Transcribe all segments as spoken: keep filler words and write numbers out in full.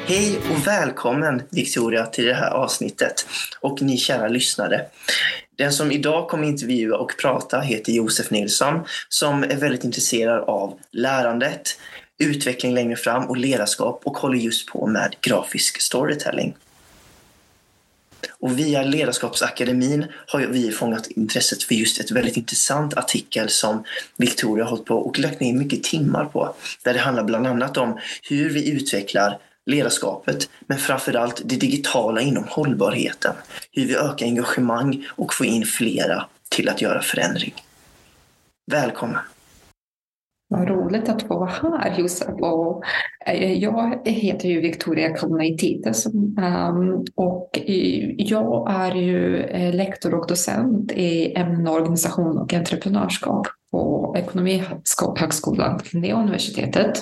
Hej och välkommen Victoria till det här avsnittet och ni kära lyssnare. Den som idag kommer intervjua och prata heter Josef Nilsson som är väldigt intresserad av lärandet, utveckling längre fram och ledarskap och håller just på med grafisk storytelling. Och via Ledarskapsakademin har vi fångat intresset för just ett väldigt intressant artikel som Victoria har hållit på och lagt ner mycket timmar på. Där det handlar bland annat om hur vi utvecklar ledarskapet, men framförallt det digitala inom hållbarheten. Hur vi ökar engagemang och får in flera till att göra förändring. Välkommen! Vad roligt att få vara här, Josef. Och jag heter ju Victoria Kalmaitis och jag är ju lektor och docent i ämnen organisation och entreprenörskap på Ekonomihögskolan vid Linnéuniversitetet.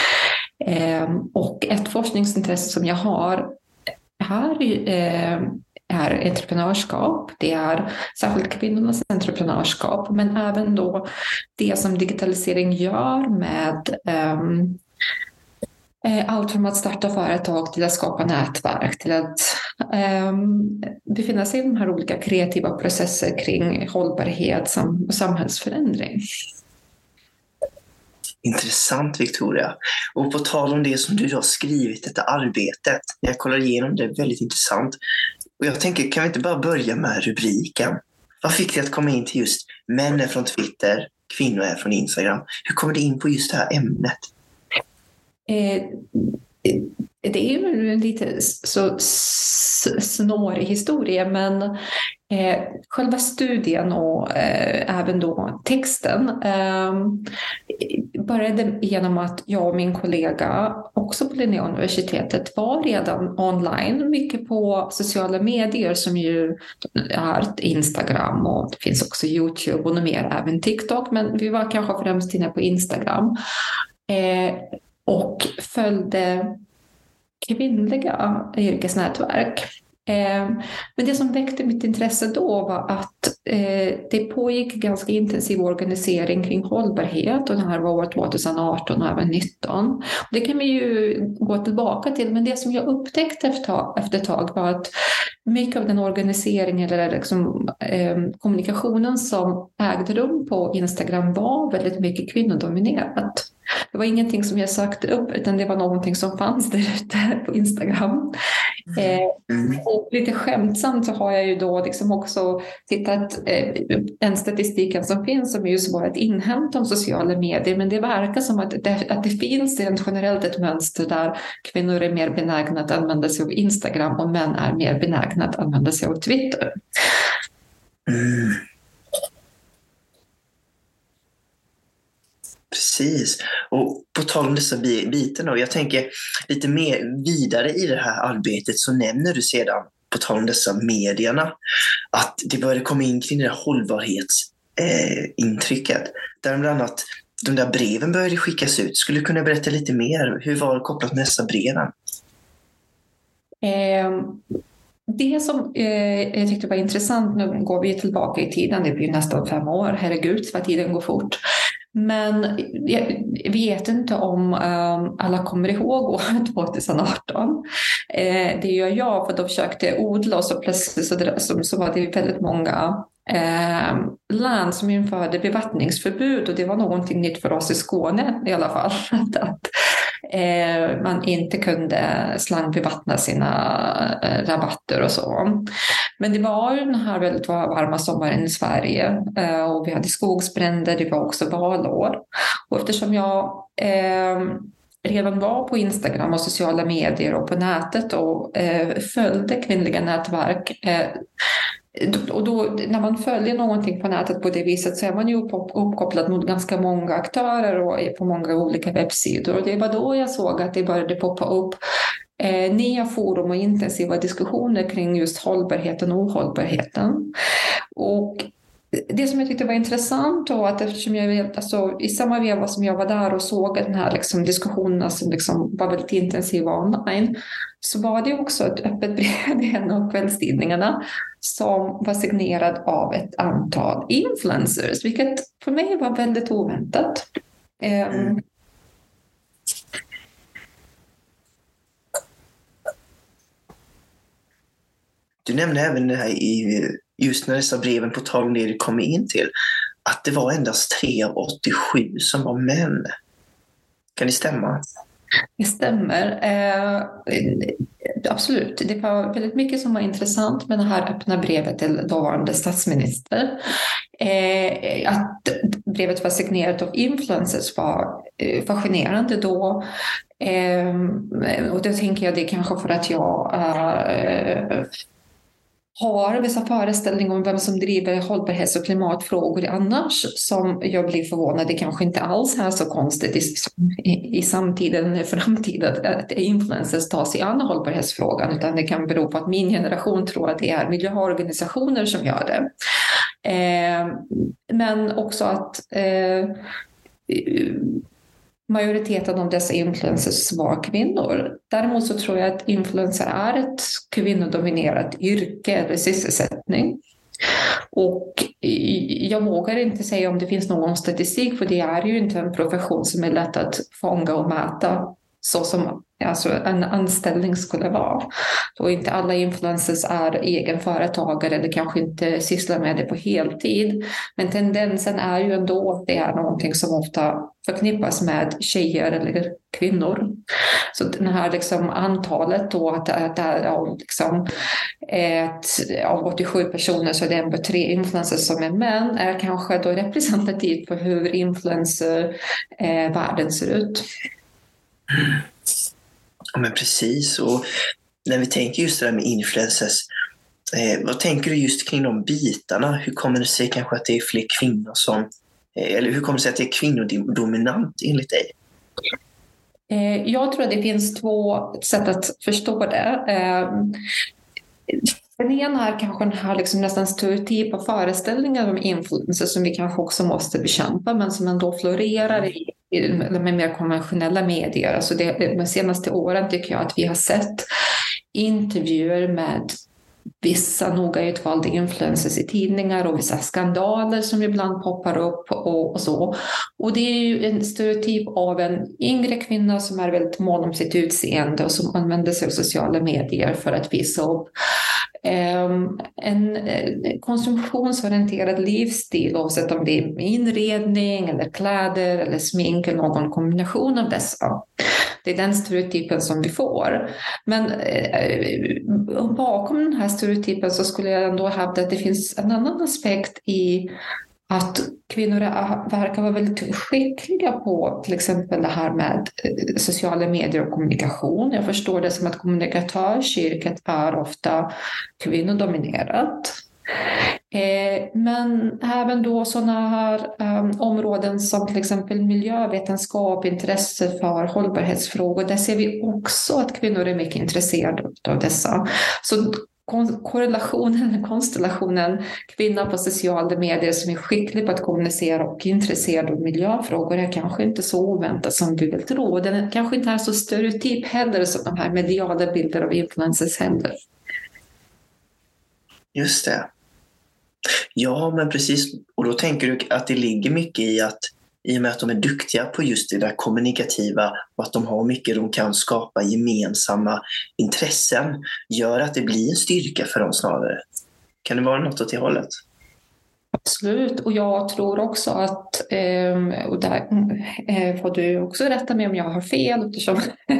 Och ett forskningsintresse som jag har här är entreprenörskap. Det är särskilt kvinnornas entreprenörskap, men även då det som digitalisering gör med um, allt från att starta företag till att skapa nätverk, till att um, befinna sig i de här olika kreativa processer kring hållbarhet och samhällsförändring. Intressant, Victoria. Och på tal om det som du har skrivit, detta arbetet, när jag kollar igenom det, är väldigt intressant. Och jag tänker, kan vi inte bara börja med rubriken? Vad fick dig att komma in till just män är från Twitter, kvinnor är från Instagram? Hur kommer det in på just det här ämnet? Eh, det är ju en lite så snårig historia, men eh, själva studien och eh, även då texten eh, började genom att jag och min kollega också på Linnéuniversitetet var redan online, mycket på sociala medier som ju är Instagram och det finns också YouTube och mer, även TikTok, men vi var kanske främst inne på Instagram eh, och följde kvinnliga yrkesnätverk. Men det som väckte mitt intresse då var att det pågick ganska intensiv organisering kring hållbarhet, och det här var år tjugoarton och även nitton. Det kan vi ju gå tillbaka till, men det som jag upptäckte efter ett tag var att mycket av den organiseringen eller liksom, eh, kommunikationen som ägde rum på Instagram var väldigt mycket kvinnodominerat. Det var ingenting som jag sökte upp, utan det var någonting som fanns där ute på Instagram. Eh, och lite skämtsamt så har jag ju då liksom också tittat eh, en statistiken som finns som just var att inhämta om sociala medier, men det verkar som att det, att det finns rent generellt ett mönster där kvinnor är mer benägna att använda sig av Instagram och män är mer benägna att använda sig av Twitter. Mm. Precis. Och på tal om dessa bitarna, och jag tänker lite mer vidare i det här arbetet, så nämner du sedan, på tal om dessa medierna, att det började komma in kring det här hållbarhetsintrycket. Eh, där bland annat de där breven började skickas ut. Skulle du kunna berätta lite mer? Hur var det kopplat med dessa breven? Eh... Det som eh, jag tyckte var intressant, nu går vi tillbaka i tiden, det blir nästan fem år, herregud vad tiden går fort. Men jag vet inte om um, alla kommer ihåg år tjugoarton. Eh, det gör jag, för då försökte jag odla och så plötsligt så, så, så var det väldigt många eh, land som införde bevattningsförbud, och det var någonting nytt för oss i Skåne i alla fall. att eh, man inte kunde slangbevattna sina eh, rabatter och så. Men det var ju den här väldigt varma sommaren i Sverige eh, och vi hade skogsbränder, det var också valår. Och eftersom jag eh, redan var på Instagram och sociala medier och på nätet och eh, följde kvinnliga nätverk, eh, och då, när man följer någonting på nätet på det viset så är man ju uppkopplad mot ganska många aktörer och är på många olika webbsidor. Och det var då jag såg att det började poppa upp eh, nya forum och intensiva diskussioner kring just hållbarheten och ohållbarheten. Och det som jag tyckte var intressant var att eftersom jag alltså, i samma veva som jag var där och såg den här liksom, diskussionerna som liksom var väldigt intensiva online, så var det också ett öppet brev i en av kvällstidningarna som var signerad av ett antal influencers, vilket för mig var väldigt oväntat. Um, Du nämnde även det här i, just när dessa breven, på tal om det du kommer in till, att det var endast tre av åttiosju som var män. Kan det stämma? Det stämmer. Eh, absolut. Det var väldigt mycket som var intressant med det här öppna brevet till dåvarande statsminister. Eh, att brevet var signerat av influencers var eh, fascinerande då. Eh, och då tänker jag det kanske för att jag eh, har vissa föreställningar om vem som driver hållbarhets- och klimatfrågor annars, som jag blir förvånad. Det kanske inte alls är så konstigt i, i, i samtiden eller framtiden att influencers tar sig an hållbarhetsfrågan, utan det kan bero på att min generation tror att det är miljöorganisationer som gör det. Eh, men också att eh, majoriteten av dessa influencers var kvinnor. Däremot så tror jag att influencer är ett kvinnodominerat yrke eller sysselsättning. Och jag vågar inte säga om det finns någon statistik, för det är ju inte en profession som är lätt att fånga och mäta så som alltså en anställning skulle vara. Då inte alla influencers är egenföretagare eller kanske inte sysslar med det på heltid. Men tendensen är ju ändå att det är någonting som ofta förknippas med tjejer eller kvinnor. Så det här liksom antalet då, att, att det är av, liksom, ett, av åttiosju personer så är det bara tre influencers som är män, är kanske då representativt för hur influencervärlden eh, ser ut. Ja, men precis. Och när vi tänker just det där med influencers, eh, vad tänker du just kring de bitarna? Hur kommer det sig kanske att det är fler kvinnor som, eh, eller hur kommer det sig att det är kvinnodominant enligt dig? Eh, jag tror att det finns två sätt att förstå det. Eh, Den ena är kanske den här liksom nästan stereotypa föreställningar om influencers som vi kanske också måste bekämpa, men som ändå florerar i, i med mer konventionella medier. Alltså det, de senaste åren tycker jag att vi har sett intervjuer med vissa noga utvalda influencers i tidningar och vissa skandaler som ibland poppar upp och, och så. Och det är ju en stereotyp av en yngre kvinna som är väldigt mån om sitt utseende och som använder sig av sociala medier för att visa upp Um, en uh, konsumtionsorienterad livsstil, oavsett om det är inredning eller kläder eller smink eller någon kombination av dessa. Det är den stereotypen som vi får. Men uh, bakom den här stereotypen så skulle jag ändå hävda att det finns en annan aspekt i att kvinnor är, verkar vara väldigt skickliga på till exempel det här med sociala medier och kommunikation. Jag förstår det som att kommunikatörsyrket är ofta kvinnodominerat. Eh, men även då sådana här um, områden som till exempel miljövetenskap, intresse för hållbarhetsfrågor, där ser vi också att kvinnor är mycket intresserade av dessa. Så korrelationen, konstellationen kvinna på sociala medier som är skicklig på att kommunicera och intresserad av miljöfrågor är kanske inte så oväntat som vi vill tro. Den kanske inte är så stereotyp heller som de här mediala bilder av influencers heller. Just det. Ja, men precis. Och då tänker du att det ligger mycket i att i och med att de är duktiga på just det där kommunikativa och att de har mycket de kan skapa gemensamma intressen, gör att det blir en styrka för dem snarare. Kan det vara något åt det hållet? Absolut, och jag tror också att, och där får du också rätta mig om jag har fel, eftersom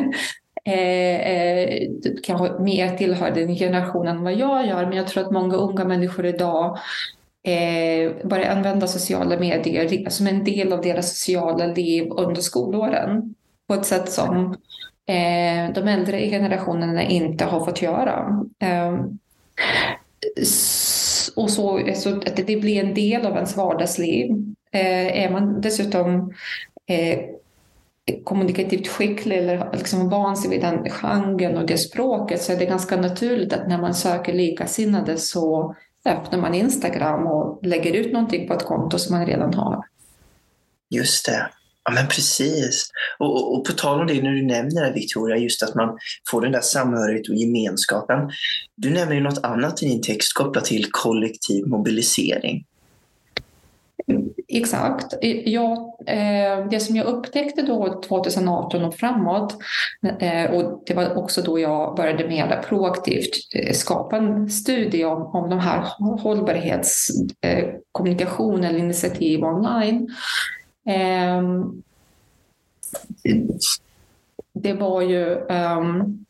kanske mer tillhör den generationen vad jag gör, men jag tror att många unga människor idag Eh, börja använda sociala medier som en del av deras sociala liv under skolåren på ett sätt som eh, de äldre generationerna inte har fått göra. Eh, och så, så att det blir en del av ens vardagsliv. Eh, är man dessutom eh, kommunikativt skicklig eller liksom van sig vid den genren och det språket, så är det ganska naturligt att när man söker likasinnade så öppnar man Instagram och lägger ut någonting på ett konto som man redan har. Just det. Ja, men precis. Och, och, och på tal om det, när du nämner det, Victoria, just att man får den där samhörigheten och gemenskapen. Du nämner ju något annat i din text kopplat till kollektiv mobilisering. Exakt. Jag, eh, det som jag upptäckte då tjugoarton och framåt, eh, och det var också då jag började mer proaktivt eh, skapa en studie om, om de här hållbarhetskommunikation eh, eller initiativ online. Eh, det var ju um,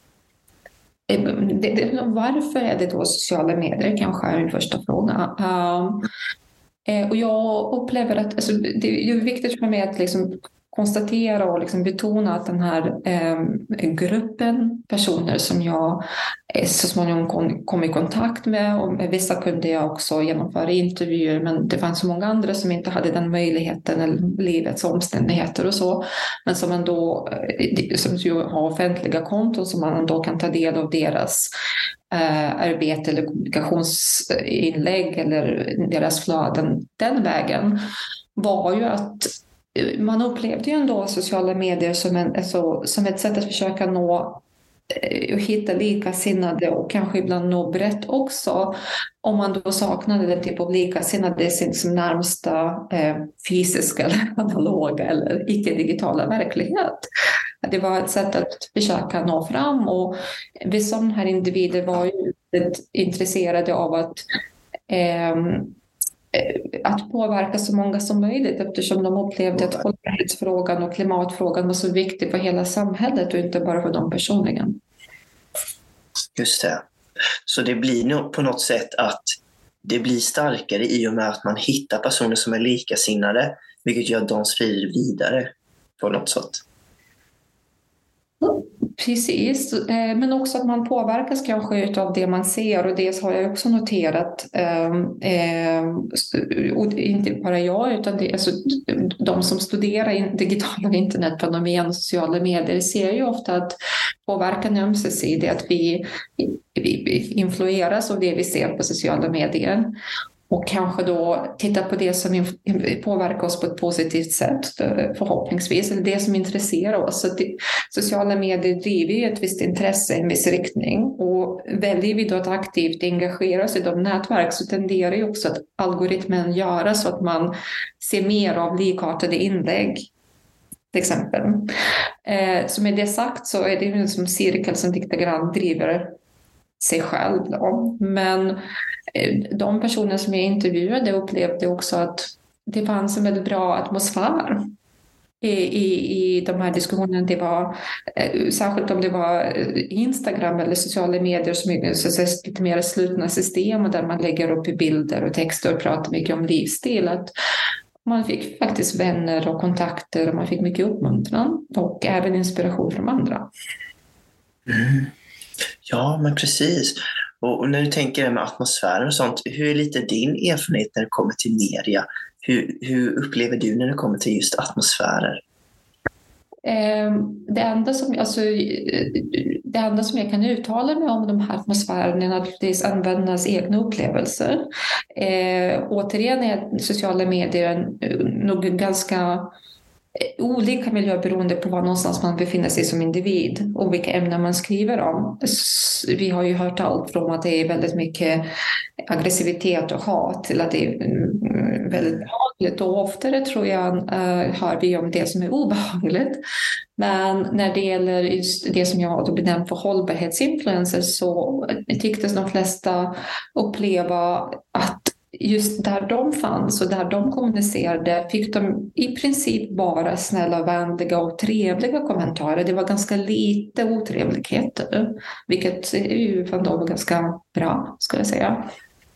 det, det, varför är det då sociala medier kanske är min första fråga. Um, Och jag upplever att alltså, det är viktigt för mig att liksom konstatera och liksom betona att den här eh, gruppen personer som jag så småningom kom, kom i kontakt med, och med vissa kunde jag också genomföra intervjuer, men det fanns så många andra som inte hade den möjligheten eller livets omständigheter och så, men som ändå som ju har offentliga konton som man ändå kan ta del av deras eh, arbete eller kommunikationsinlägg eller deras flöden den vägen, var ju att man upplevde ju ändå sociala medier som, en, alltså, som ett sätt att försöka nå och hitta likasinnade och kanske ibland nå brett också, om man då saknade den typ av likasinnade i sin som närmsta eh, fysiska eller analoga eller icke-digitala verklighet. Det var ett sätt att försöka nå fram, och vissa av de här individer var ju intresserade av att eh, att påverka så många som möjligt, eftersom de upplevde att hållbarhetsfrågan och klimatfrågan var så viktig för hela samhället och inte bara för dem personligen. Just det. Så det blir nog på något sätt att det blir starkare i och med att man hittar personer som är likasinnade, vilket gör att de sprider vidare på något sätt. Precis, men också att man påverkas kanske av det man ser, och det har jag också noterat, och inte bara jag utan det, alltså, de som studerar digitala internetfenomen och sociala medier ser ju ofta att påverkan är ömsesidig, att vi, vi influeras av det vi ser på sociala medier. Och kanske då titta på det som påverkar oss på ett positivt sätt, förhoppningsvis, eller det som intresserar oss. Så det, sociala medier driver ju ett visst intresse i en viss riktning, och väljer vi då att aktivt engagera oss i de nätverk, så tenderar ju också att algoritmen göra så att man ser mer av likartade inlägg, till exempel. Eh, så med det sagt så är det ju som cirkel som lite grann driver sig själv då. Men de personer som jag intervjuade upplevde också att det fanns en väldigt bra atmosfär i, i, i de här diskussionerna. Det var, särskilt om det var Instagram eller sociala medier som är så lite mer slutna system, och där man lägger upp bilder och texter och pratar mycket om livsstil, att man fick faktiskt vänner och kontakter, och man fick mycket uppmuntran och även inspiration från andra. Mm. Ja, men precis. Och när du tänker med atmosfären och sånt, hur är lite din erfarenhet när det kommer till media? Hur, hur upplever du när det kommer till just atmosfärer? Det enda, som, alltså, det enda som jag kan uttala mig om de här atmosfärerna är naturligtvis användarnas egna upplevelser. Eh, återigen är sociala medier nog ganska olika miljö beroende på var någonstans man befinner sig som individ och vilka ämnen man skriver om. Vi har ju hört allt från att det är väldigt mycket aggressivitet och hat till att det är väldigt behagligt, och oftare tror jag uh, hör vi om det som är obehagligt. Men när det gäller just det som jag har benämnt för hållbarhetsinfluencer, så tycktes de flesta uppleva att just där de fanns och där de kommunicerade fick de i princip bara snälla, vänliga och trevliga kommentarer. Det var ganska lite otrevligheter, vilket är ju för dem var ganska bra, skulle jag säga.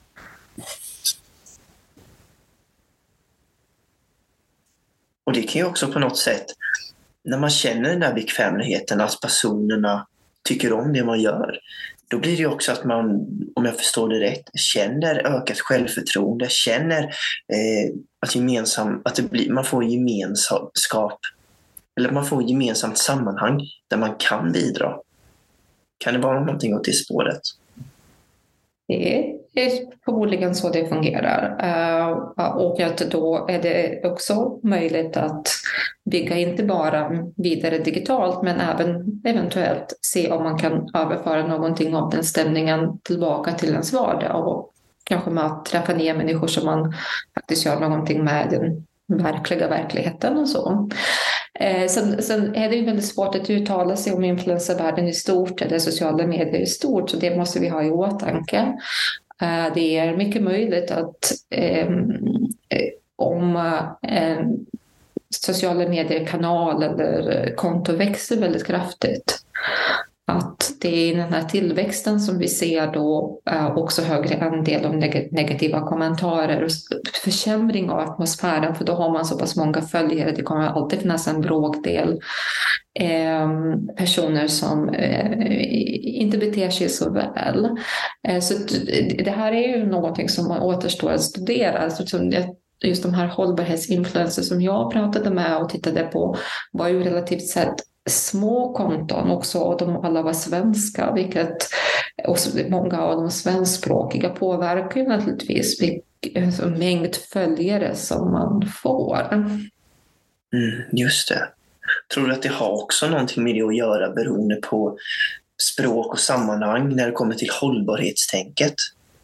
Och det kan ju också på något sätt, när man känner den där bekvämligheten att personerna tycker om det man gör, då blir det ju också att man, om jag förstår det rätt, känner ökat självförtroende, känner eh, att, gemensam, att det blir, man får gemenskap, eller man får gemensamt sammanhang där man kan bidra. Kan det vara någonting åt det spåret? Det är förmodligen så det fungerar. Och att då är det också möjligt att bygga inte bara vidare digitalt, men även eventuellt se om man kan överföra någonting av den stämningen tillbaka till ens vardag och kanske man träffar nya människor som man faktiskt gör någonting med den verkliga verkligheten och så. Eh, sen, sen är det ju väldigt svårt att uttala sig om influencervärlden i stort eller sociala medier i stort, så det måste vi ha i åtanke. Eh, det är mycket möjligt att eh, om eh, sociala medier-kanal eller konto växer väldigt kraftigt, att det är den här tillväxten som vi ser då eh, också högre andel av neg- negativa kommentarer och försämring av atmosfären, för då har man så pass många följare. Det kommer alltid finnas en bråkdel eh, personer som eh, inte beter sig så väl. Eh, så det här är ju någonting som man återstår att studera. Alltså, just de här hållbarhetsinfluencers som jag pratade med och tittade på var ju relativt sett små konton också, och de alla var svenska, vilket och många av de svenskspråkiga påverkar ju naturligtvis vilken mängd följare som man får. Mm, just det. Tror du att det har också någonting med det att göra beroende på språk och sammanhang när det kommer till hållbarhetstänket?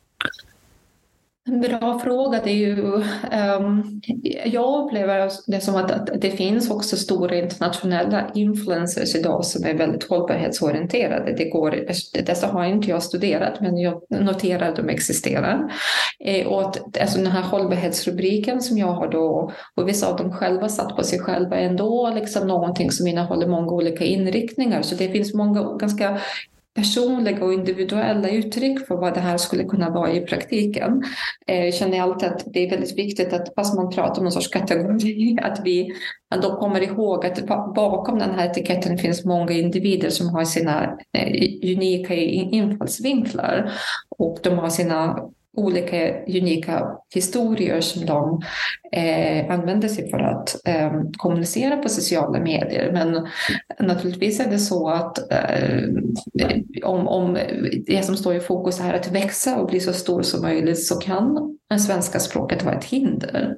En bra fråga. Det är ju, um, jag upplever det som att, att det finns också stora internationella influencers idag som är väldigt hållbarhetsorienterade. Det går, dessa har inte jag studerat, men jag noterar att de existerar. Eh, och att, alltså den här hållbarhetsrubriken som jag har då, och vissa av dem själva satt på sig själva ändå, liksom någonting som innehåller många olika inriktningar. Så det finns många ganska personliga och individuella uttryck för vad det här skulle kunna vara i praktiken. Jag känner alltid att det är väldigt viktigt att fast man pratar om någon sorts kategori, att vi att de kommer ihåg att bakom den här etiketten finns många individer som har sina unika infallsvinklar, och de har sina olika unika historier som de eh, använder sig för att eh, kommunicera på sociala medier. Men naturligtvis är det så att eh, om, om det som står i fokus är att växa och bli så stor som möjligt, så kan det svenska språket vara ett hinder.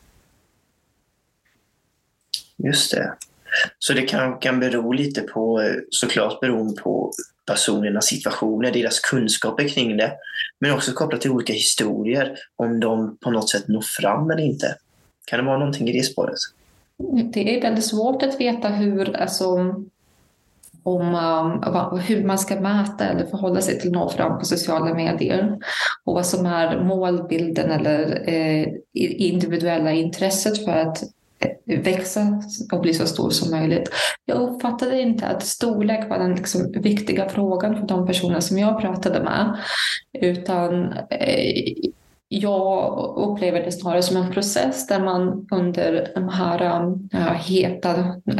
Just det. Så det kan, kan bero lite på, såklart beroende på personernas situationer, deras kunskaper kring det, men också kopplat till olika historier, om de på något sätt når fram eller inte. Kan det vara någonting i det spåret? Det är väldigt svårt att veta hur, alltså, om, um, hur man ska mäta eller förhålla sig till nå fram på sociala medier, och vad som är målbilden eller eh, individuella intresset för att växa och bli så stor som möjligt. Jag uppfattade inte att storlek var den liksom viktiga frågan för de personer som jag pratade med, utan eh, jag upplever det snarare som en process där man under de här äh, heta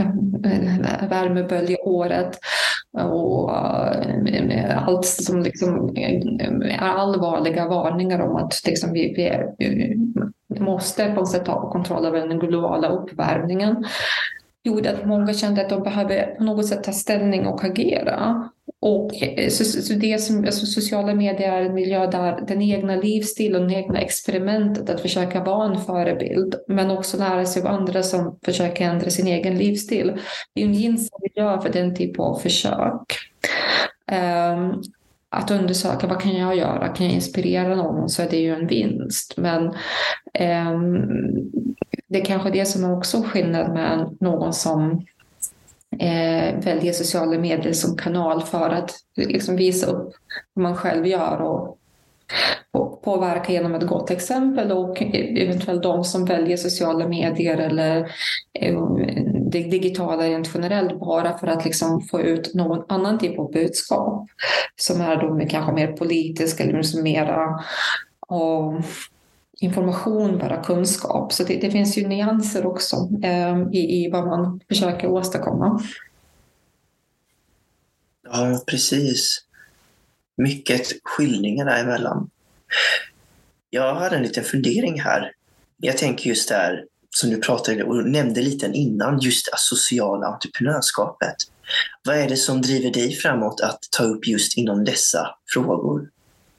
äh, värmeböljeåret och äh, allt som liksom är allvarliga varningar om att liksom vi, vi måste på något sätt ta kontroll över den globala uppvärmningen, gjorde att många kände att de behöver på något sätt ta ställning och agera. Och så, så det som alltså, sociala medier är en miljö där den egna livsstilen och det egna experimentet att försöka vara en förebild, men också lära sig av andra som försöker ändra sin egen livsstil. Det är en gynnsam miljö för den typ av försök. Um, att undersöka vad kan jag göra, kan jag inspirera någon, så är det ju en vinst. Men um, det är kanske det som är också skillnad med någon som Eh, väljer sociala medier som kanal för att liksom visa upp vad man själv gör och, och påverka genom ett gott exempel, och eventuellt de som väljer sociala medier eller eh, det digitala rent generellt bara för att liksom få ut någon annan typ av budskap som är då kanske mer politisk eller mera och information, bara kunskap. Så det, det finns ju nyanser också eh, i, i vad man försöker åstadkomma. Ja, precis. Mycket skillningar däremellan. Jag hade en liten fundering här. Jag tänker just där som du pratade och nämnde lite innan, just det sociala entreprenörskapet. Vad är det som driver dig framåt att ta upp just inom dessa frågor?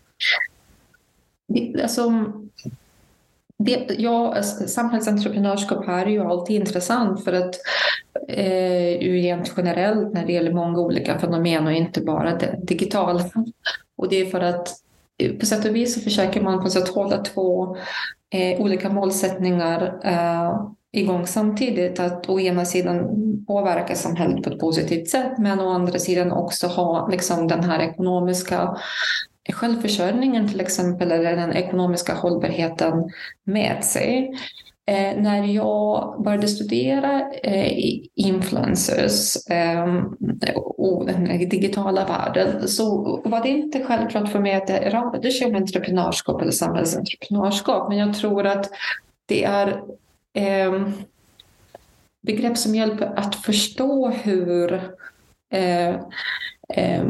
Alltså, det, ja, samhällsentreprenörskap här är ju alltid intressant för att eh, rent generellt när det gäller många olika fenomen och inte bara det digitala. Och det är för att på sätt och vis så försöker man på sätt hålla två eh, olika målsättningar eh, igång samtidigt. Att å ena sidan påverka samhället på ett positivt sätt, men å andra sidan också ha liksom, den här ekonomiska självförsörjningen till exempel, eller den ekonomiska hållbarheten med sig. Eh, när jag började studera eh, influencers eh, och den digitala världen, så var det inte självklart för mig att det rörde sig om entreprenörskap eller samhällsentreprenörskap. Men jag tror att det är eh, begrepp som hjälper att förstå hur eh, eh,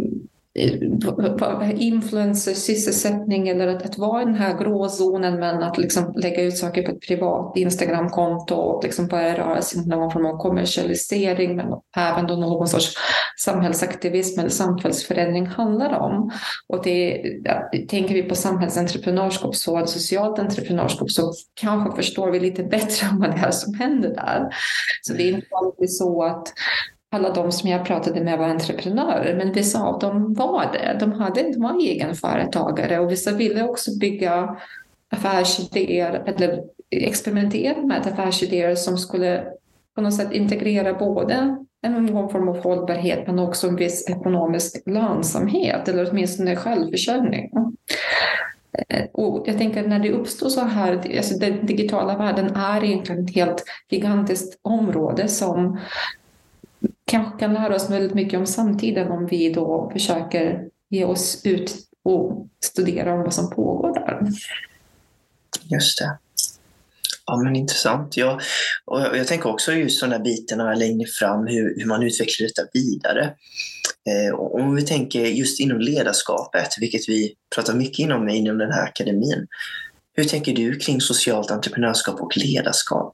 influencer, sysselsättning, eller att, att vara i den här gråzonen, men att liksom lägga ut saker på ett privat Instagramkonto och liksom börja röra sig mot någon form av kommersialisering, men även då någon sorts samhällsaktivism eller samhällsförändring handlar om. Och det, ja, tänker vi på samhällsentreprenörskap, så socialt entreprenörskap, så kanske förstår vi lite bättre om vad det är som händer där. Så det är inte alltid så att alla de som jag pratade med var entreprenörer, men vissa av dem var det. De, hade, de var egenföretagare, och vissa ville också bygga affärsidéer eller experimentera med affärsidéer som skulle på något sätt integrera både en form av hållbarhet men också en viss ekonomisk lönsamhet, eller åtminstone självförsörjning. Och jag tänker när det uppstår så här, alltså den digitala världen är egentligen ett helt gigantiskt område som kanske kan lära oss väldigt mycket om samtiden, om vi då försöker ge oss ut och studera om vad som pågår där. Just det. Ja, men intressant. Ja, och jag, jag tänker också just de där bitarna längre fram, hur, hur man utvecklar detta vidare. Eh, och om vi tänker just inom ledarskapet, vilket vi pratar mycket inom, inom den här akademin. Hur tänker du kring socialt entreprenörskap och ledarskap?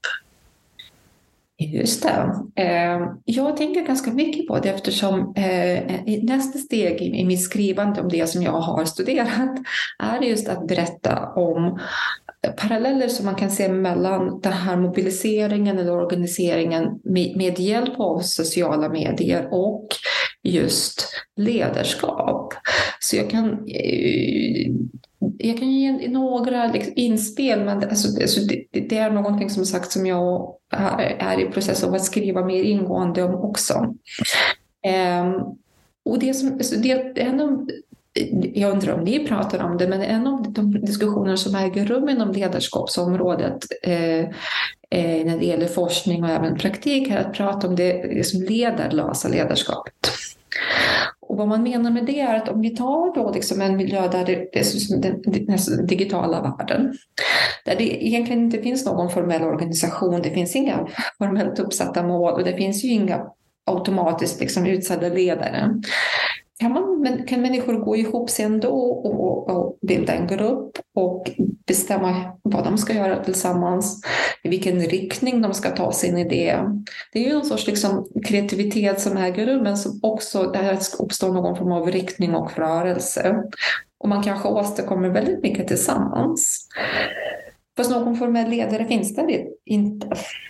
Just det. Jag tänker ganska mycket på det, eftersom nästa steg i mitt skrivande om det som jag har studerat är just att berätta om paralleller som man kan se mellan den här mobiliseringen eller organiseringen med hjälp av sociala medier och just ledarskap. Så jag kan Jag kan ge några liksom inspel, men alltså, alltså det, det är någonting som sagt som jag är i process av att skriva mer ingående om också. Um, och det som, alltså det är en av, jag undrar om ni pratar om det, men en av de diskussioner som äger rum inom ledarskapsområdet eh, eh, när det gäller forskning och även praktik är att prata om det, det som ledarlösa ledarskapet. Och vad man menar med det är att om vi tar då liksom en miljö där det är den, den digitala världen, där det egentligen inte finns någon formell organisation, det finns inga formellt uppsatta mål och det finns ju inga automatiskt liksom utsedda ledare. Kan, man, kan människor gå ihop sig ändå och, och bilda en grupp och bestämma vad de ska göra tillsammans, i vilken riktning de ska ta sin idé. Det är ju en sorts liksom, kreativitet som äger rum, men som också där uppstår någon form av riktning och rörelse. Och man kanske åstadkommer väldigt mycket tillsammans. Fast någon formell ledare finns det inte.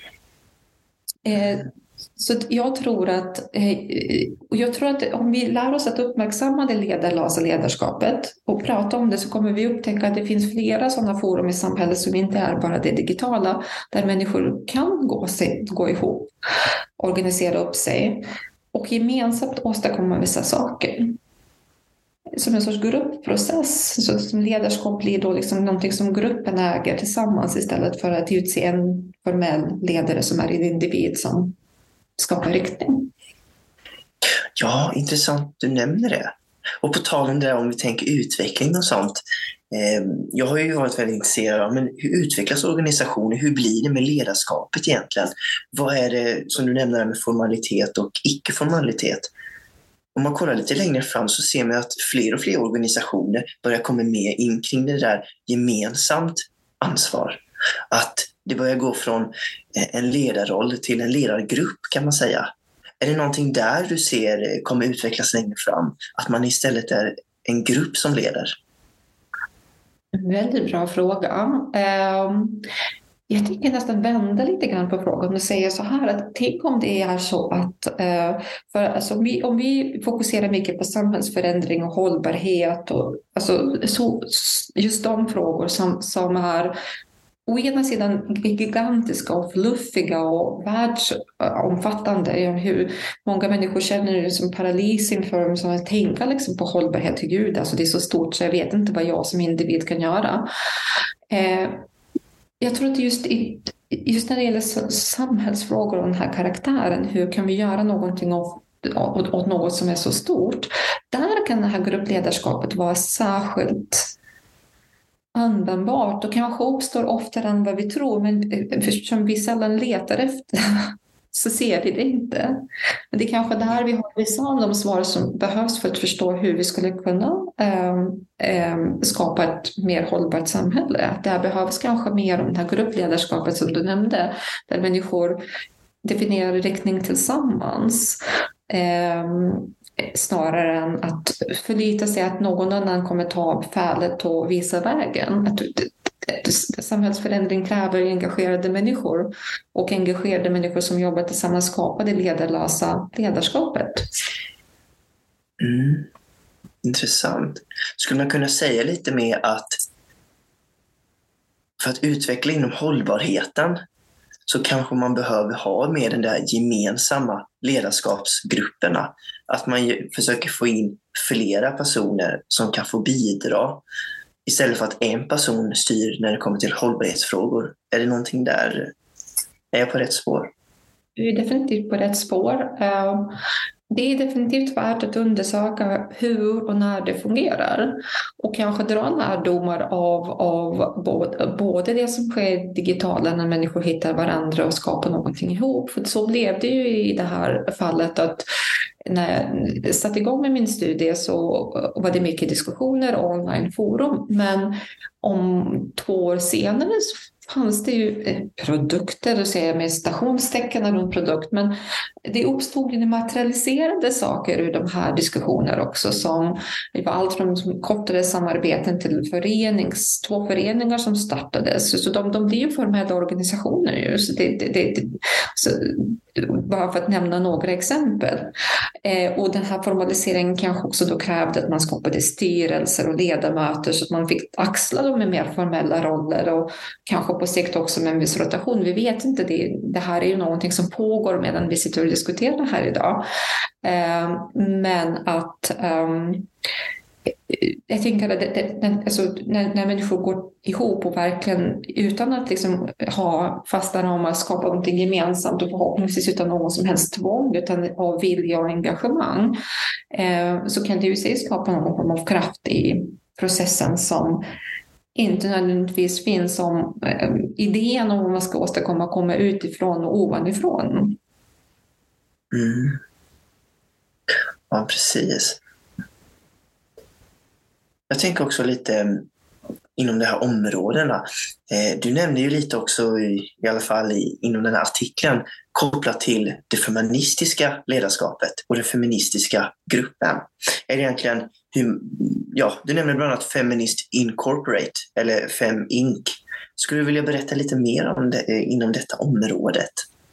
Eh, Så jag tror att, jag tror att om vi lär oss att uppmärksamma det ledarlösa ledarskapet och prata om det, så kommer vi upptäcka att det finns flera sådana forum i samhället som inte är bara det digitala, där människor kan gå, sig, gå ihop, organisera upp sig och gemensamt åstadkomma vissa saker. Som en sorts gruppprocess, så som ledarskap blir då liksom någonting som gruppen äger tillsammans istället för att utse en formell ledare som är en individ som skapa riktning. Ja, intressant du nämner det. Och på tal om det, om vi tänker utveckling och sånt. Eh, jag har ju varit väldigt intresserad av, men hur utvecklas organisationer? Hur blir det med ledarskapet egentligen? Vad är det som du nämner med formalitet och icke-formalitet? Om man kollar lite längre fram så ser man att fler och fler organisationer börjar komma med in kring det där gemensamt ansvar. Att det börjar gå från en ledarroll till en ledargrupp, kan man säga. Är det någonting där du ser kommer utvecklas längre fram? Att man istället är en grupp som leder? Väldigt bra fråga. Jag tycker nästan vända lite grann på frågan och säga så här att tänk om det är så att eh, för, alltså, om, vi, om vi fokuserar mycket på samhällsförändring och hållbarhet och alltså, så, just de frågor som, som är å ena sidan gigantiska och fluffiga och världsomfattande, hur många människor känner det som paralys inför som att tänka liksom på hållbarhet till Gud. Alltså det är så stort så jag vet inte vad jag som individ kan göra. Eh, jag tror att just, i, just när det gäller samhällsfrågor och den här karaktären, hur kan vi göra någonting åt, åt, åt något som är så stort? Där kan det här gruppledarskapet vara särskilt användbart och kanske uppstår oftare än vad vi tror, men eftersom vi sällan letar efter så ser vi det inte. Men det är kanske där vi har vissa av de svar som behövs för att förstå hur vi skulle kunna ähm, ähm, skapa ett mer hållbart samhälle. Att det behövs kanske mer om det här gruppledarskapet som du nämnde, där människor definierar riktning tillsammans. Ähm, snarare än att förlita sig att någon annan kommer ta fället och visa vägen. Att samhällsförändring kräver engagerade människor och engagerade människor som jobbar tillsammans skapar det ledarlösa ledarskapet. Mm. Intressant. Skulle man kunna säga lite mer att för att utveckla inom hållbarheten så kanske man behöver ha med den där gemensamma ledarskapsgrupperna. Att man försöker få in flera personer som kan få bidra istället för att en person styr när det kommer till hållbarhetsfrågor. Är det någonting där? Är jag på rätt spår? Du är definitivt på rätt spår. Det är definitivt värt att undersöka hur och när det fungerar och kanske dra lärdomar av, av både, både det som sker digitalt när människor hittar varandra och skapar någonting ihop. För så blev det ju i det här fallet att när jag satte igång med min studie så var det mycket diskussioner och online-forum, men om två år senare så fanns det ju produkter, och säger med stationstecken runt produkt, men det uppstod ju materialiserade saker ur de här diskussionerna också, som det var allt från kortare samarbeten till förenings, två föreningar som startades, så de, de blir ju formella organisationer ju, så det, det, det, så, bara för att nämna några exempel. Eh, och den här formaliseringen kanske också då krävde att man skapade styrelser och ledamöter så att man fick axla dem med mer formella roller och kanske på sikt också med en viss rotation. Vi vet inte, det, det här är ju någonting som pågår medan vi sitter och diskuterar här idag. Eh, men att um, jag tänker att det, det, alltså, när, när människor går ihop och verkligen utan att liksom ha fasta ramar skapa någonting gemensamt och förhoppningsvis utan någon som helst tvång utan av vilja och engagemang eh, så kan det ju sig skapa någon form av kraft i processen som inte nödvändigtvis finns som eh, idén om vad man ska åstadkomma kommer utifrån och ovanifrån. Mm. Ja, precis. Jag tänker också lite inom de här områdena. Du nämnde ju lite också, i, i alla fall i, inom den här artikeln, kopplat till det feministiska ledarskapet och den feministiska gruppen. Är det egentligen, hur, ja, du nämnde bland annat Feminist Incorporate eller Fem Inc. Skulle du vilja berätta lite mer om det inom detta området?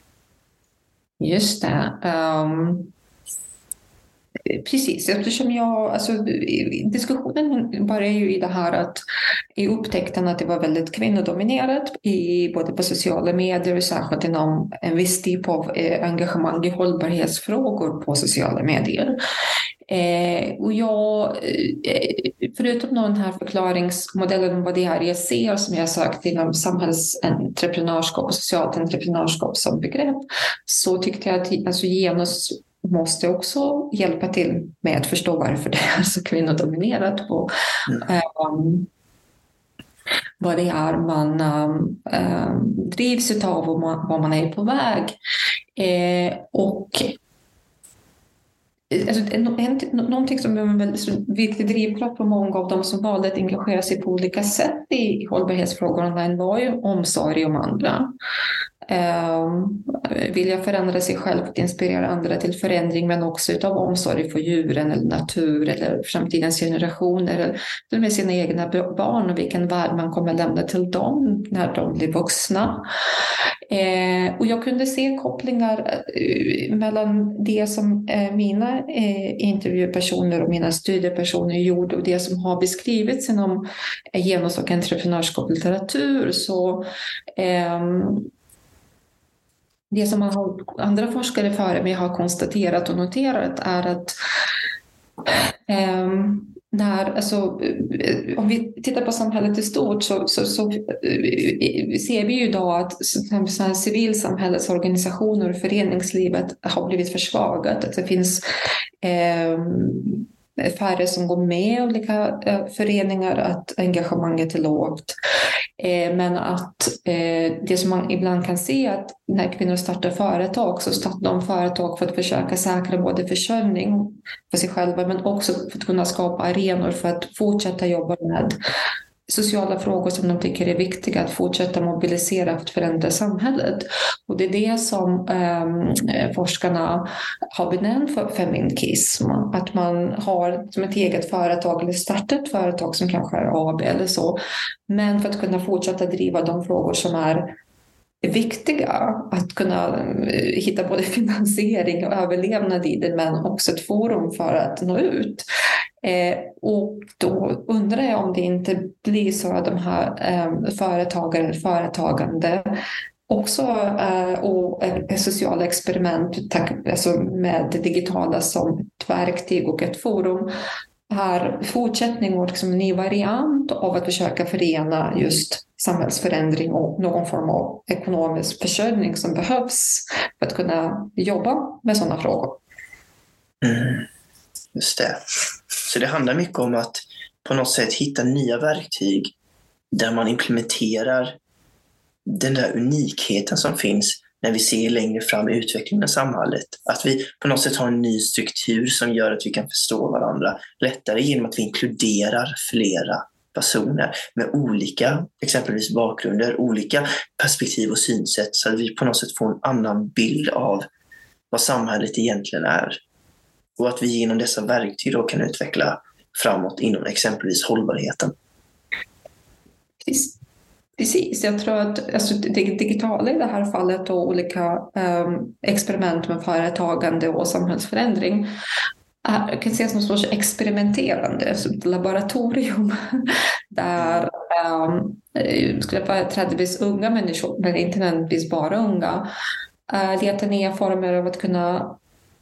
Just det. Um... Precis, eftersom jag, alltså, diskussionen börjar ju i det här att i upptäckten att det var väldigt kvinnodominerat i, både på sociala medier och särskilt inom en viss typ av eh, engagemang i hållbarhetsfrågor på sociala medier. Eh, och jag, eh, förutom den här förklaringsmodellen om vad det är jag ser som jag sökt inom samhällsentreprenörskap och socialt entreprenörskap som begrepp, så tyckte jag att alltså, genus måste också hjälpa till med att förstå varför det är så kvinnodominerat och mm. um, vad det är man um, drivs utav och man, vad man är på väg. Eh, och alltså, en, en, någonting som är en väldigt viktig drivkraft på många av dem som valde att engagera sig på olika sätt i hållbarhetsfrågor online var ju omsorg om andra. eh, vilja förändra sig själv och inspirera andra till förändring, men också utav omsorg för djuren eller natur eller framtidens generationer eller till med sina egna barn och vilken värld man kommer lämna till dem när de blir vuxna. Eh, och jag kunde se kopplingar eh, mellan det som eh, mina eh, intervjupersoner och mina studiepersoner gjorde och det som har beskrivits inom eh, genus- och entreprenörskap och litteratur. Så eh, det som man har, andra forskare före mig har konstaterat och noterat är att eh, när, alltså, om vi tittar på samhället i stort så, så, så ser vi ju idag att civilsamhällets organisationer och föreningslivet har blivit försvagat. Att det finns eh, färre som går med i olika eh, föreningar, att engagemanget är lågt. Eh, men att eh, det som man ibland kan se att när kvinnor startar företag så startar de företag för att försöka säkra både försörjning för sig själva men också för att kunna skapa arenor för att fortsätta jobba med sociala frågor som de tycker är viktiga, att fortsätta mobilisera för att förändra samhället. Och det är det som eh, forskarna har benämnt för feminkism. Att man har som ett eget företag eller startat ett företag som kanske är A B eller så. Men för att kunna fortsätta driva de frågor som är viktiga, att kunna hitta både finansiering och överlevnad i det, men också ett forum för att nå ut. Eh, och då undrar jag om det inte blir så att de här eh, företagare, företagande också eh, och eh, sociala experiment tack, alltså med det digitala som ett verktyg och ett forum är fortsättning och liksom en ny variant av att försöka förena just samhällsförändring och någon form av ekonomisk försörjning som behövs för att kunna jobba med sådana frågor. Mm, just det. Så det handlar mycket om att på något sätt hitta nya verktyg där man implementerar den där unikheten som finns när vi ser längre fram i utvecklingen av samhället. Att vi på något sätt har en ny struktur som gör att vi kan förstå varandra lättare genom att vi inkluderar flera personer med olika exempelvis bakgrunder, olika perspektiv och synsätt, så att vi på något sätt får en annan bild av vad samhället egentligen är. Och att vi genom dessa verktyg då kan utveckla framåt inom exempelvis hållbarheten. Precis. Precis, jag tror att alltså, det digitala i det här fallet och olika um, experiment med företagande och samhällsförändring är, kan ses som sorts experimenterande, som ett laboratorium där um, skulle företrädesvis unga människor, men inte nödvändigtvis bara unga, uh, leta nya former av att kunna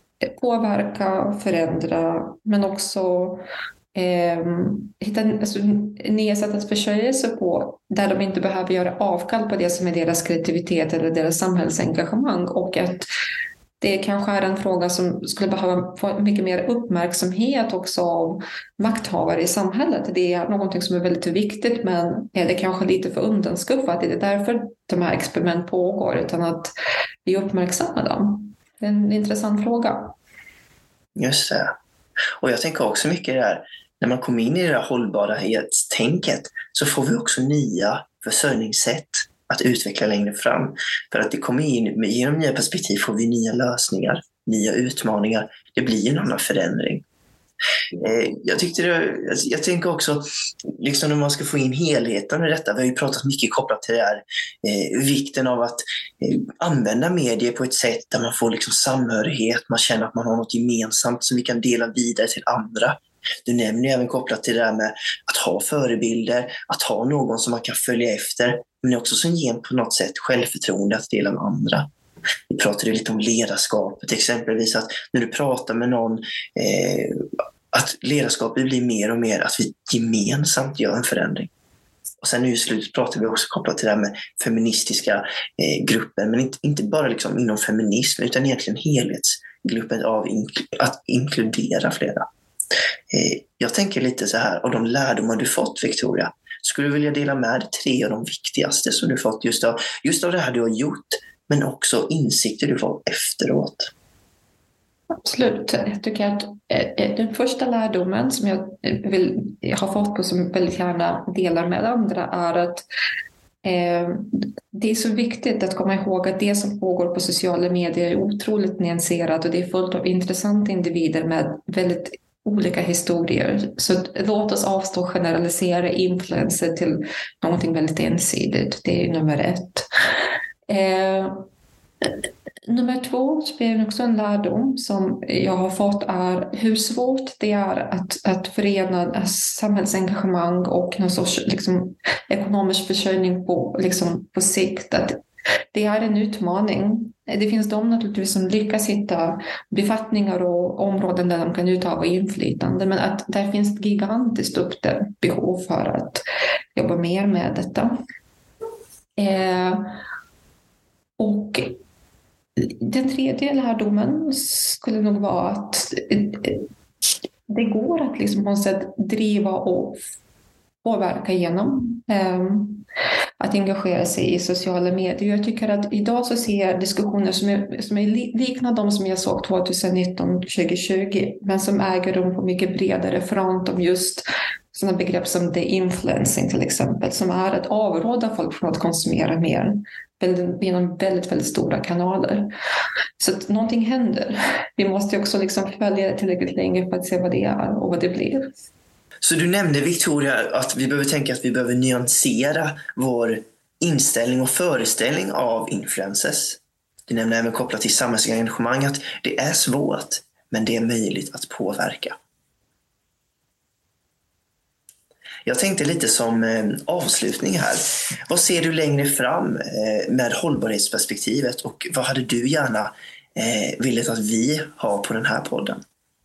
påverka, förändra, men också Eh, hitta alltså, nya sätt att försörja sig på där de inte behöver göra avkall på det som är deras kreativitet eller deras samhällsengagemang, och att det kanske är en fråga som skulle behöva få mycket mer uppmärksamhet också av makthavare i samhället. Det är någonting som är väldigt viktigt, men är det kanske lite för undanskuffat. Det är därför de här experiment pågår, utan att vi uppmärksammar dem. Det är en intressant fråga. Just det. Och jag tänker också mycket där, när man kommer in i det här hållbarhetstänket så får vi också nya försörjningssätt att utveckla längre fram. För att det kommer in, genom nya perspektiv får vi nya lösningar, nya utmaningar. Det blir en annan förändring. Eh, jag, tyckte det, jag tänker också, liksom när man ska få in helheten i detta, vi har ju pratat mycket kopplat till det här, eh, vikten av att eh, använda medier på ett sätt där man får liksom samhörighet, man känner att man har något gemensamt som vi kan dela vidare till andra. Du nämner även kopplat till det här med att ha förebilder, att ha någon som man kan följa efter, men också som ger på något sätt självförtroende att dela med andra. Vi pratade lite om ledarskapet, exempelvis att när du pratar med någon, eh, att ledarskapet blir mer och mer att vi gemensamt gör en förändring. Och sen nu i slutet pratar vi också kopplat till det här med feministiska eh, grupper, men inte, inte bara liksom inom feminism utan egentligen helhetsgruppen av ink- att inkludera flera. Eh, jag tänker lite så här, av de lärdomar du fått, Victoria, skulle du vilja dela med tre av de viktigaste som du fått just av, just av det här du har gjort, men också insikter du fått efteråt? Absolut. Jag tycker att den första lärdomen som jag, vill, jag har fått och som jag väldigt gärna delar med andra är att Eh, det är så viktigt att komma ihåg att det som pågår på sociala medier är otroligt nyanserat och det är fullt av intressanta individer med väldigt olika historier. Så låt oss avstå och generalisera influenser till någonting väldigt ensidigt. Det är nummer ett. Eh, nummer två, så blir det också en lärdom som jag har fått, är hur svårt det är att, att förena samhällsengagemang och någon sorts liksom, ekonomisk försörjning på, liksom, på sikt. Att det är en utmaning. Det finns de naturligtvis som lyckas hitta befattningar och områden där de kan utöva inflytande, men att där finns ett gigantiskt uppdämt behov för att jobba mer med detta. Eh, och den tredje lärdomen skulle nog vara att det går att liksom på något sätt driva och påverka genom um, att engagera sig i sociala medier. Jag tycker att idag så ser jag diskussioner som är, som är liknande de som jag såg tjugonitton tjugo tjugo, men som äger rum på mycket bredare front om just sådana begrepp som de-influencing till exempel, som är att avråda folk från att konsumera mer genom väldigt, väldigt stora kanaler. Så att någonting händer. Vi måste också liksom följa det tillräckligt länge för att se vad det är och vad det blir. Så du nämnde, Victoria, att vi behöver tänka att vi behöver nyansera vår inställning och föreställning av influencers. Du nämnde även kopplat till samhällsengagemang att det är svårt, men det är möjligt att påverka. Jag tänkte lite som eh, avslutning här. Vad ser du längre fram eh, med hållbarhetsperspektivet och vad hade du gärna eh, velat att vi har på den här podden?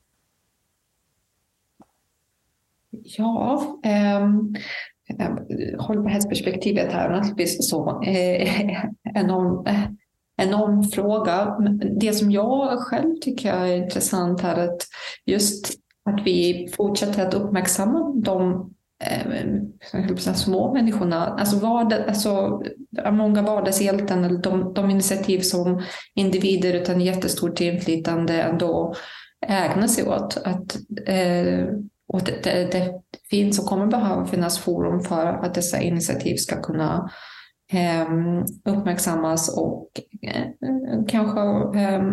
Ja, eh, hållbarhetsperspektivet här är naturligtvis så eh, enorm, eh, enorm fråga. Det som jag själv tycker är intressant är att just att vi fortsätter att uppmärksamma de eh, små människorna, alltså, vardag, alltså många vardagshjälten eller de, de initiativ som individer utan jättestort inflytande ändå ägnar sig åt. Att eh, Och det, det, det finns och kommer behöva finnas forum för att dessa initiativ ska kunna eh, uppmärksammas och eh, kanske eh,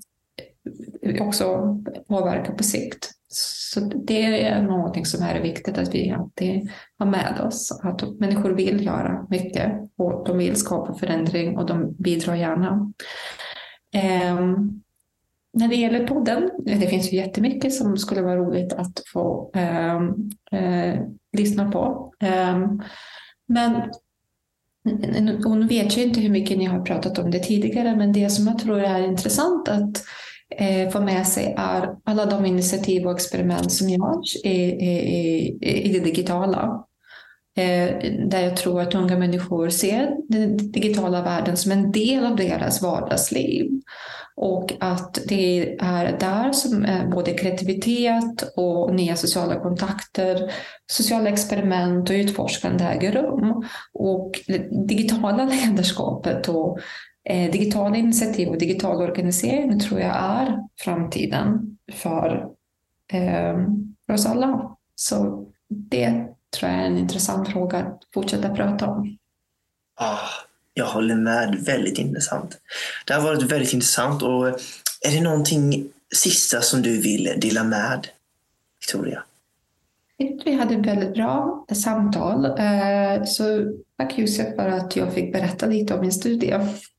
också påverka på sikt. Så det är något som är viktigt att vi alltid har med oss. Att människor vill göra mycket och de vill skapa förändring och de bidrar gärna. Eh, När det gäller podden, det finns ju jättemycket som skulle vara roligt att få eh, eh, lyssna på. Eh, men och nu vet jag inte hur mycket ni har pratat om det tidigare, men det som jag tror är intressant att eh, få med sig är alla de initiativ och experiment som görs i, i, i det digitala. Eh, där jag tror att unga människor ser den digitala världen som en del av deras vardagsliv. Och att det är där som både kreativitet och nya sociala kontakter, sociala experiment och utforskande äger rum. Och det digitala ledarskapet och eh, digitala initiativ och digital organisering tror jag är framtiden för, eh, för oss alla. Så det tror jag är en intressant fråga att fortsätta prata om. Ah. Jag håller med, väldigt intressant. Det har varit väldigt intressant och är det någonting sista som du vill dela med, Victoria? Vi hade ett väldigt bra samtal, så tack Josef för att jag fick berätta lite om min studie.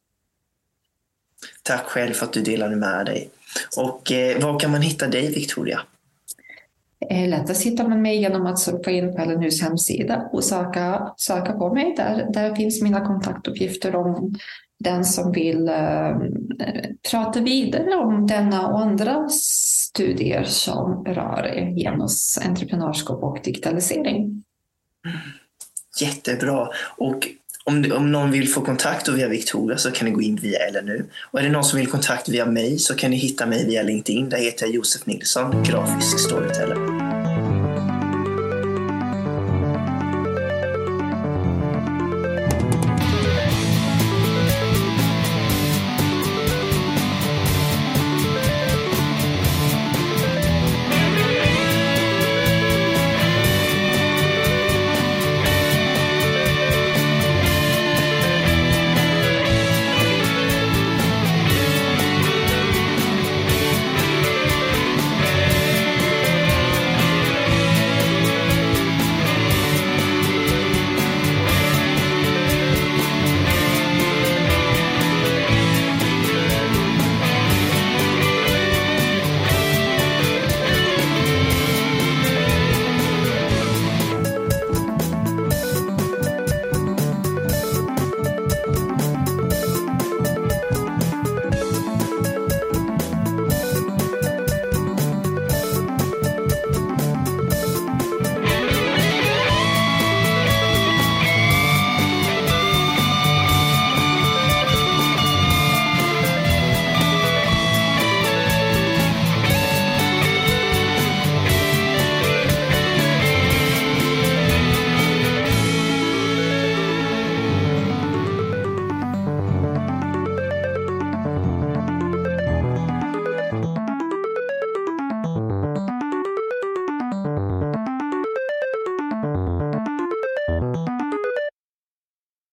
Tack själv för att du delade med dig. Och var kan man hitta dig, Victoria? Lättast hittar man mig genom att surfa in på L N U:s hemsida och söka, söka på mig. Där, där finns mina kontaktuppgifter om den som vill äh, prata vidare om denna och andra studier som rör genusentreprenörskap och digitalisering. Jättebra. Och om, om någon vill få kontakt via Victoria så kan ni gå in via L N U. Och är det någon som vill kontakt via mig så kan ni hitta mig via LinkedIn. Där heter jag Josef Nilsson, grafisk storyteller.